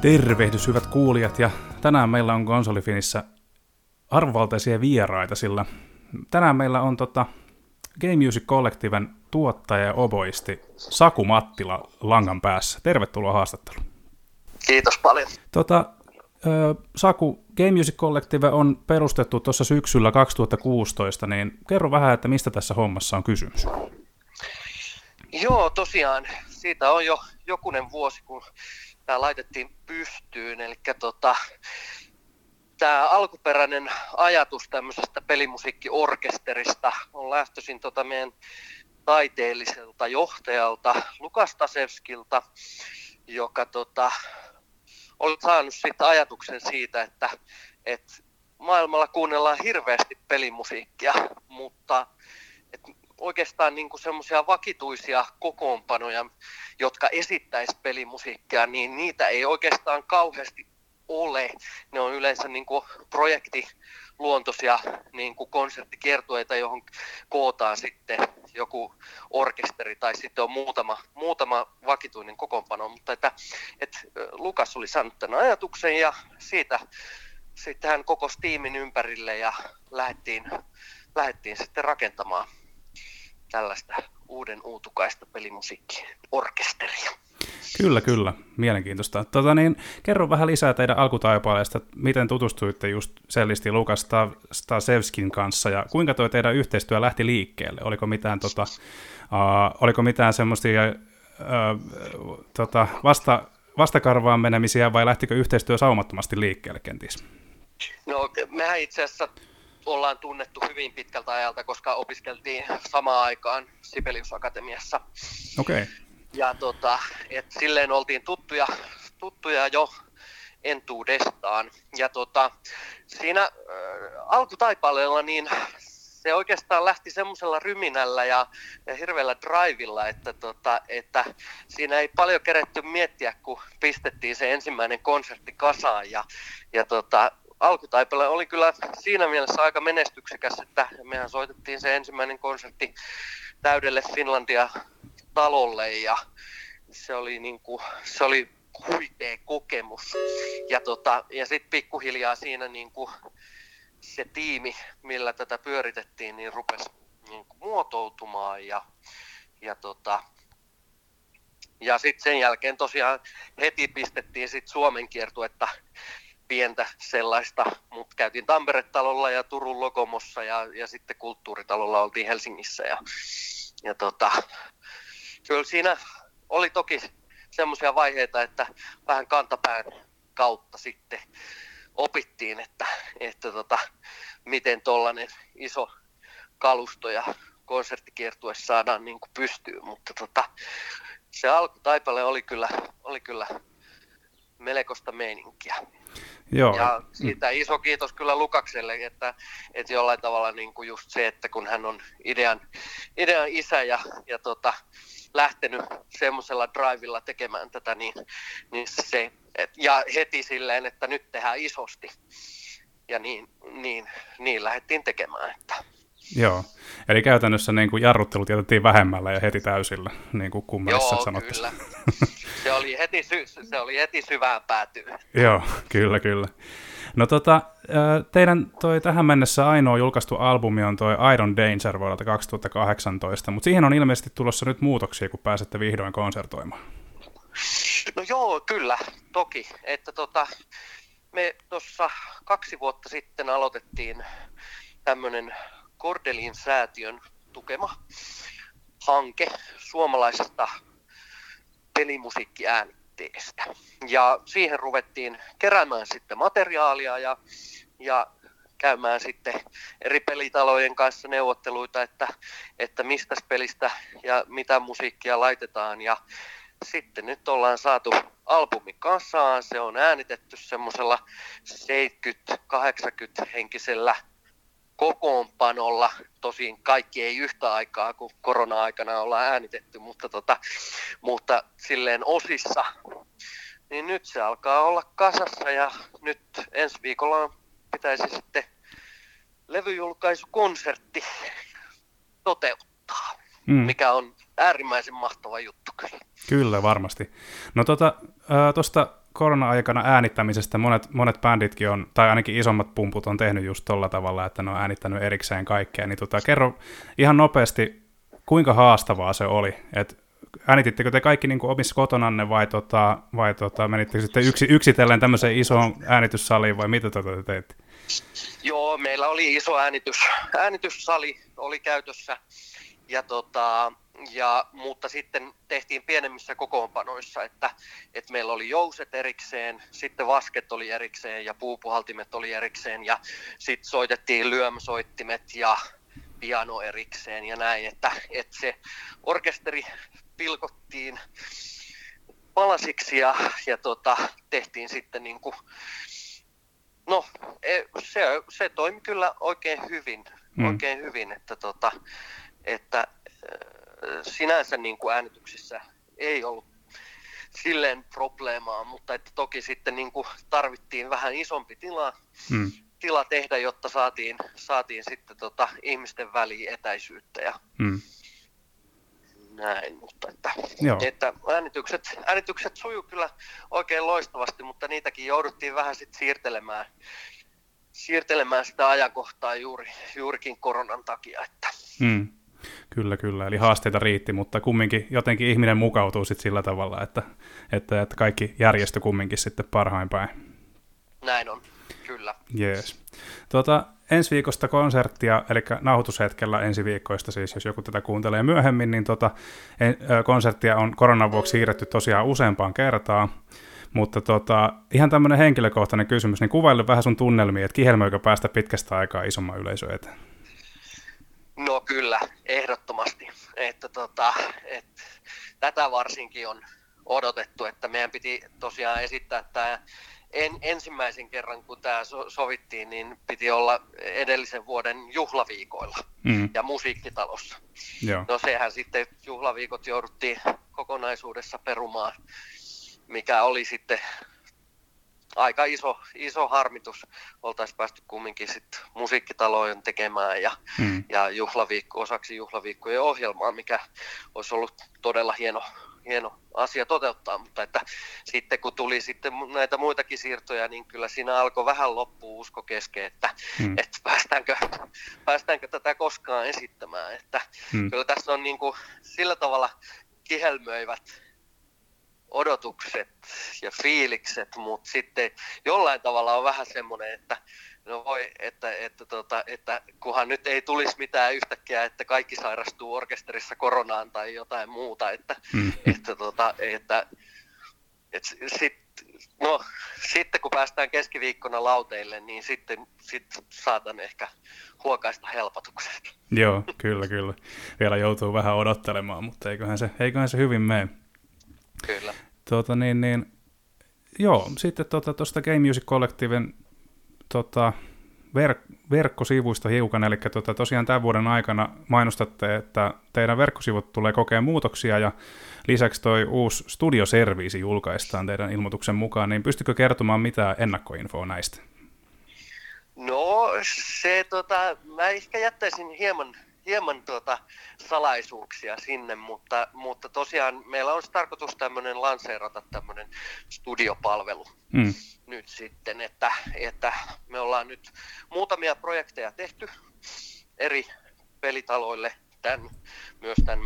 Tervehdys hyvät kuulijat, ja tänään meillä on Konsolifinissä arvovaltaisia vieraita, sillä tänään meillä on Game Music Collectiven tuottaja ja oboisti Saku Mattila langan päässä. Tervetuloa haastatteluun. Kiitos paljon. Saku, Game Music Collective on perustettu tuossa syksyllä 2016, niin kerro vähän, että mistä tässä hommassa on kysymys. Joo, tosiaan siitä on jo jokunen vuosi, kun tämä laitettiin pystyyn, eli tämä alkuperäinen ajatus tämmöisestä pelimusiikkiorkesterista on lähtöisin meidän taiteelliselta johtajalta Lukas Tasevskilta, joka oli saanut siitä ajatuksen siitä, että maailmalla kuunnellaan hirveästi pelimusiikkia, mutta oikeastaan niin kuin semmoisia vakituisia kokoonpanoja, jotka esittäisi pelimusiikkia, niin niitä ei oikeastaan kauheasti ole. Ne on yleensä niin kuin projektiluontoisia niin kuin konserttikiertueita, johon kootaan sitten joku orkesteri tai sitten on muutama vakituinen kokoonpano. Mutta että Lukas oli saanut tämän ajatuksen ja siitä sitten hän kokosi tiimin ympärille ja lähdettiin sitten rakentamaan tällaista uuden uutukaista pelimusiikkiorkesteria. Kyllä. Mielenkiintoista. Kerro vähän lisää teidän alkutaipaleesta, miten tutustuitte just sellisti Lukas Tasevskin kanssa ja kuinka toi teidän yhteistyö lähti liikkeelle? Oliko mitään semmoisia vastakarvaan menemisiä vai lähtikö yhteistyö saumattomasti liikkeelle kenties? No mehän itse asiassa ollaan tunnettu hyvin pitkältä ajalta, koska opiskeltiin samaan aikaan Sibelius Akatemiassa. Okei. Ja silleen oltiin tuttuja jo entuudestaan. Ja siinä alkutaipaleella niin se oikeastaan lähti semmoisella ryminällä ja hirveällä drivilla, että siinä ei paljon keretty miettiä, kun pistettiin se ensimmäinen konsertti kasaan ja alkutaipale oli kyllä siinä mielessä aika menestyksekäs, että mehän soitettiin se ensimmäinen konsertti täydelle Finlandia-talolle ja se oli huikea kokemus. Ja sitten pikkuhiljaa siinä se tiimi, millä tätä pyöritettiin, niin rupesi muotoutumaan ja sitten sen jälkeen tosiaan heti pistettiin sit Suomen kiertuetta pientä sellaista, mutta käytiin Tampere-talolla ja Turun Lokomossa ja sitten Kulttuuritalolla oltiin Helsingissä ja kyllä siinä oli toki semmoisia vaiheita, että vähän kantapään kautta sitten opittiin, että miten tollainen iso kalusto ja konserttikiertue saadaan niin kuin pystyyn, mutta se alkutaipale oli kyllä melkoista meininkiä. Joo. Ja siitä iso kiitos kyllä Lukakselle, että jollain tavalla niin kuin just se, että kun hän on idean isä ja lähtenyt semmoisella drivilla tekemään tätä, niin se, ja heti silleen, että nyt tehdään isosti. Ja niin lähdettiin tekemään. Joo, eli käytännössä niin kuin jarruttelut jätettiin vähemmällä ja heti täysillä, niin kuin kummalissa sanottiin. Joo, kyllä. Se oli heti syvään päätyyn. Joo, kyllä. No teidän tähän mennessä ainoa julkaistu albumi on toi Iron Danger vuodelta 2018, mutta siihen on ilmeisesti tulossa nyt muutoksia, kun pääsette vihdoin konsertoimaan. No joo, kyllä, toki. Että me tuossa 2 vuotta sitten aloitettiin tämmöinen Kordelin säätiön tukema hanke suomalaisesta pelimusiikkiäänitteestä. Ja siihen ruvettiin keräämään sitten materiaalia ja käymään sitten eri pelitalojen kanssa neuvotteluita, että mistä pelistä ja mitä musiikkia laitetaan. Ja sitten nyt ollaan saatu albumi kasaan. Se on äänitetty semmoisella 70-80 henkisellä kokoonpanolla. Tosin kaikki ei yhtä aikaa, kun korona-aikana ollaan äänitetty, mutta silleen osissa. Niin nyt se alkaa olla kasassa ja nyt ensi viikolla pitäisi sitten levyjulkaisukonsertti toteuttaa, mikä on äärimmäisen mahtava juttu kyllä. Kyllä, varmasti. No tuosta korona-aikana äänittämisestä monet bänditkin on, tai ainakin isommat pumput on tehnyt just tolla tavalla, että ne on äänittänyt erikseen kaikkea, niin kerro ihan nopeasti, kuinka haastavaa se oli, että äänitittekö te kaikki niin kuin omissa kotonanne vai menittekö sitten yksitellen tämmöiseen isoon äänityssaliin vai mitä te teitte? Joo, meillä oli iso äänityssali oli käytössä mutta sitten tehtiin pienemmissä kokoonpanoissa, että meillä oli jouset erikseen, sitten vasket oli erikseen ja puupuhaltimet oli erikseen ja sitten soitettiin lyömsoittimet ja piano erikseen ja näin, että se pilkottiin palasiksi ja tehtiin sitten niinku, no se toimi kyllä oikein hyvin, että sinänsä niin kuin äänityksissä ei ollut silleen probleemaa, mutta että toki sitten niin kuin tarvittiin vähän isompi tila tehdä, jotta saatiin sitten ihmisten väliin etäisyyttä ja näin, mutta että äänitykset sujuu kyllä oikein loistavasti, mutta niitäkin jouduttiin vähän sitten siirtelemään sitä ajankohtaa juurikin koronan takia, että Kyllä, eli haasteita riitti, mutta kumminkin jotenkin ihminen mukautuu sitten sillä tavalla, että kaikki järjestyi kumminkin sitten parhain päin. Näin on, kyllä. Jees. Ensi viikosta konserttia, eli nauhoitushetkellä ensi viikkoista siis, jos joku tätä kuuntelee myöhemmin, niin konserttia on koronan vuoksi siirretty tosiaan useampaan kertaan, mutta ihan tämmöinen henkilökohtainen kysymys, niin kuvaile vähän sun tunnelmia, että kihelmöikö päästä pitkästä aikaa isomman yleisön eteen? No kyllä, ehdottomasti. Että tätä varsinkin on odotettu, että meidän piti tosiaan esittää tämä ensimmäisen kerran, kun tämä sovittiin, niin piti olla edellisen vuoden juhlaviikoilla ja Musiikkitalossa. Joo. No sehän sitten juhlaviikot jouduttiin kokonaisuudessa perumaan, mikä oli sitten aika iso harmitus. Oltaisiin päästy kumminkin sitten Musiikkitaloon tekemään ja osaksi juhlaviikkojen ohjelmaa, mikä olisi ollut todella hieno asia toteuttaa, mutta että sitten kun tuli sitten näitä muitakin siirtoja, niin kyllä siinä alkoi vähän loppua usko kesken, että päästäänkö tätä koskaan esittämään, että kyllä tässä on niin kuin sillä tavalla kihelmöivät odotukset ja fiilikset, mutta sitten jollain tavalla on vähän semmoinen, että no voi, että kunhan nyt ei tulisi mitään yhtäkkiä, että kaikki sairastuu orkesterissa koronaan tai jotain muuta, sitten kun päästään keskiviikkona lauteille, niin sitten saatan ehkä huokaista helpotuksesta. Joo, kyllä. Vielä joutuu vähän odottelemaan, mutta eiköhän se hyvin mene. Kyllä. Joo, sitten tuosta Game Music Collectiven verkkosivuista hiukan, eli tosiaan tämän vuoden aikana mainostatte, että teidän verkkosivut tulee kokea muutoksia, ja lisäksi toi uusi studioserviisi julkaistaan teidän ilmoituksen mukaan, niin pystykö kertomaan mitään ennakkoinfoa näistä? No, mä ehkä jättäisin hieman salaisuuksia sinne, mutta tosiaan meillä on tarkoitus lanseerata tämmöinen studiopalvelu nyt sitten, että me ollaan nyt muutamia projekteja tehty eri pelitaloille myös tämän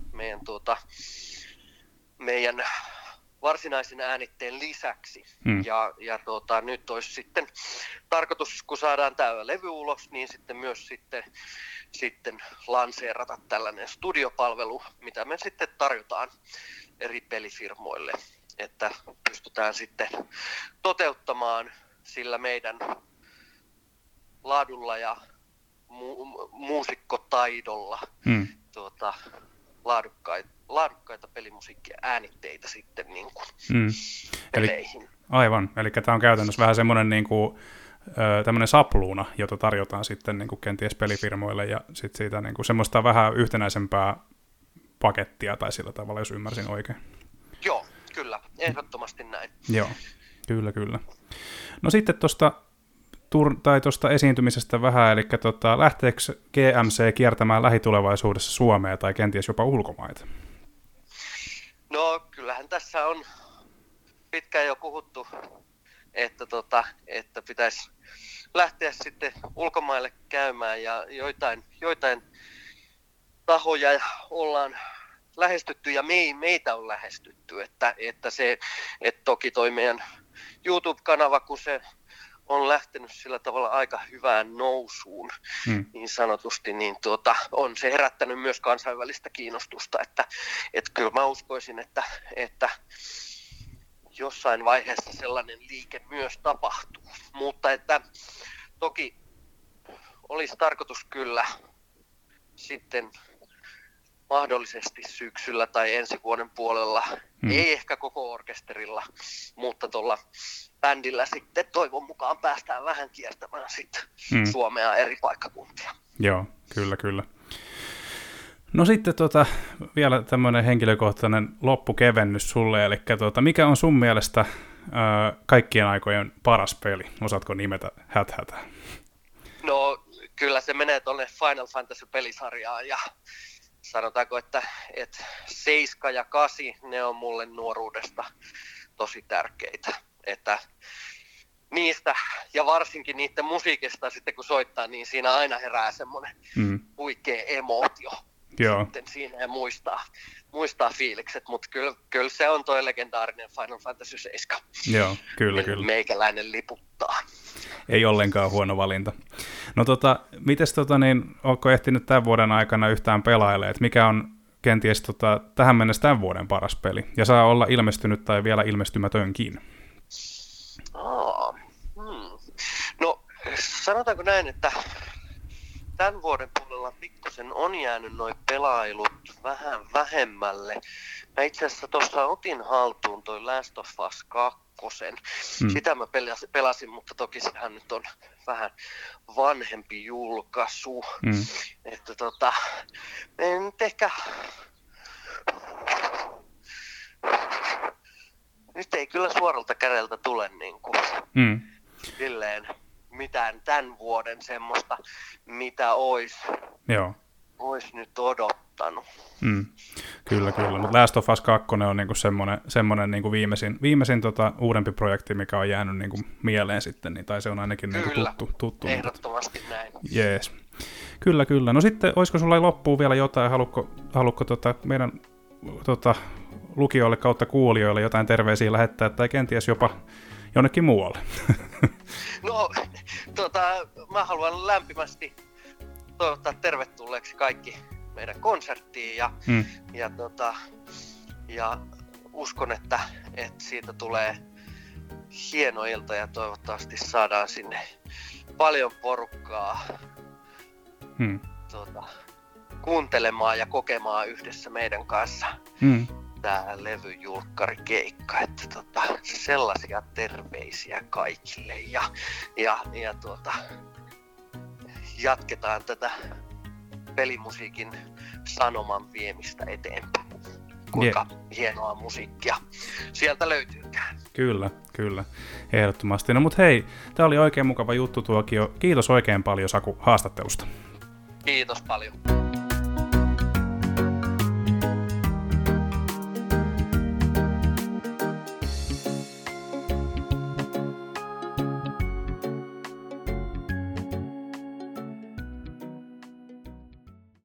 meidän varsinaisen äänitteen lisäksi. Ja nyt olisi sitten tarkoitus, kun saadaan tämä levy ulos, niin sitten myös sitten lanseerata tällainen studiopalvelu, mitä me sitten tarjotaan eri pelifirmoille, että pystytään sitten toteuttamaan sillä meidän laadulla ja muusikkotaidolla laadukkaita pelimusiikkia äänitteitä sitten niin kuin peleihin. Aivan, eli tämä on käytännössä vähän semmoinen niin kuin tämmöinen sapluuna, jota tarjotaan sitten niin kuin kenties pelifirmoille, ja sitten siitä niin kuin semmoista vähän yhtenäisempää pakettia tai sillä tavalla, jos ymmärsin oikein. Joo, kyllä, ehdottomasti näin. Joo, kyllä. No sitten tuosta esiintymisestä vähän, eli lähteekö GMC kiertämään lähitulevaisuudessa Suomea tai kenties jopa ulkomaita? No kyllähän tässä on pitkään jo puhuttu, että pitäisi lähteä sitten ulkomaille käymään ja joitain tahoja ollaan lähestytty ja meitä on lähestytty, että toki toi meidän YouTube-kanava, kun se on lähtenyt sillä tavalla aika hyvään nousuun, niin sanotusti, niin on se herättänyt myös kansainvälistä kiinnostusta, että kyllä mä uskoisin, että jossain vaiheessa sellainen liike myös tapahtuu, mutta että toki olisi tarkoitus kyllä sitten mahdollisesti syksyllä tai ensi vuoden puolella, ei ehkä koko orkesterilla, mutta tuolla bändillä sitten toivon mukaan päästään vähän kiertämään sitten Suomea eri paikkakuntia. Joo, kyllä. No sitten vielä tämmöinen henkilökohtainen loppukevennys sulle, eli mikä on sun mielestä kaikkien aikojen paras peli? Osaatko nimetä häthätää? No kyllä se menee tuonne Final Fantasy-pelisarjaan ja sanotaanko, että 7 ja 8, ne on mulle nuoruudesta tosi tärkeitä, että niistä ja varsinkin niiden musiikista sitten kun soittaa, niin siinä aina herää semmoinen huikea emootio. Joo. Sitten siinä ja muistaa fiilikset, mutta kyllä se on toi legendaarinen Final Fantasy 7. Joo, kyllä. Meikäläinen liputtaa. Ei ollenkaan huono valinta. No mites ootko ehtinyt tämän vuoden aikana yhtään pelailemaan, että mikä on kenties tähän mennessä tämän vuoden paras peli? Ja saa olla ilmestynyt tai vielä ilmestymätönkin. No sanotaanko näin, että tämän vuoden puolella pikkusen on jäänyt noi pelailut vähän vähemmälle. Mä itse asiassa tuossa otin haltuun toi Last of Us 2. Sitä mä pelasin, mutta toki sehän nyt on vähän vanhempi julkaisu. Että nyt ehkä nyt ei kyllä suoralta kädeltä tule niinku silleen mitään tämän vuoden semmoista, mitä ois nyt odottanut. Kyllä. Mutta Last of Us 2 on niinku semmoinen niinku viimeisin uudempi projekti, mikä on jäänyt niinku mieleen sitten, niin, tai se on ainakin niinku tuttu. Ehdottomasti näin. Jees. Kyllä. No sitten, olisiko sulla loppuun vielä jotain, haluatko meidän lukijoille kautta kuulijoille jotain terveisiä lähettää, tai kenties jopa jonnekin muualle? No, mä haluan lämpimästi toivottaa tervetulleeksi kaikki meidän konserttiin ja uskon, että siitä tulee hieno ilta ja toivottavasti saadaan sinne paljon porukkaa kuuntelemaan ja kokemaan yhdessä meidän kanssa tää levyjulkkarikeikka, että sellaisia terveisiä kaikille ja jatketaan tätä pelimusiikin sanoman viemistä eteenpäin. Kuinka hienoa musiikkia sieltä löytyykään. Kyllä, ehdottomasti. No mut hei, tää oli oikein mukava juttu tuokio. Kiitos oikein paljon Saku haastattelusta. Kiitos paljon.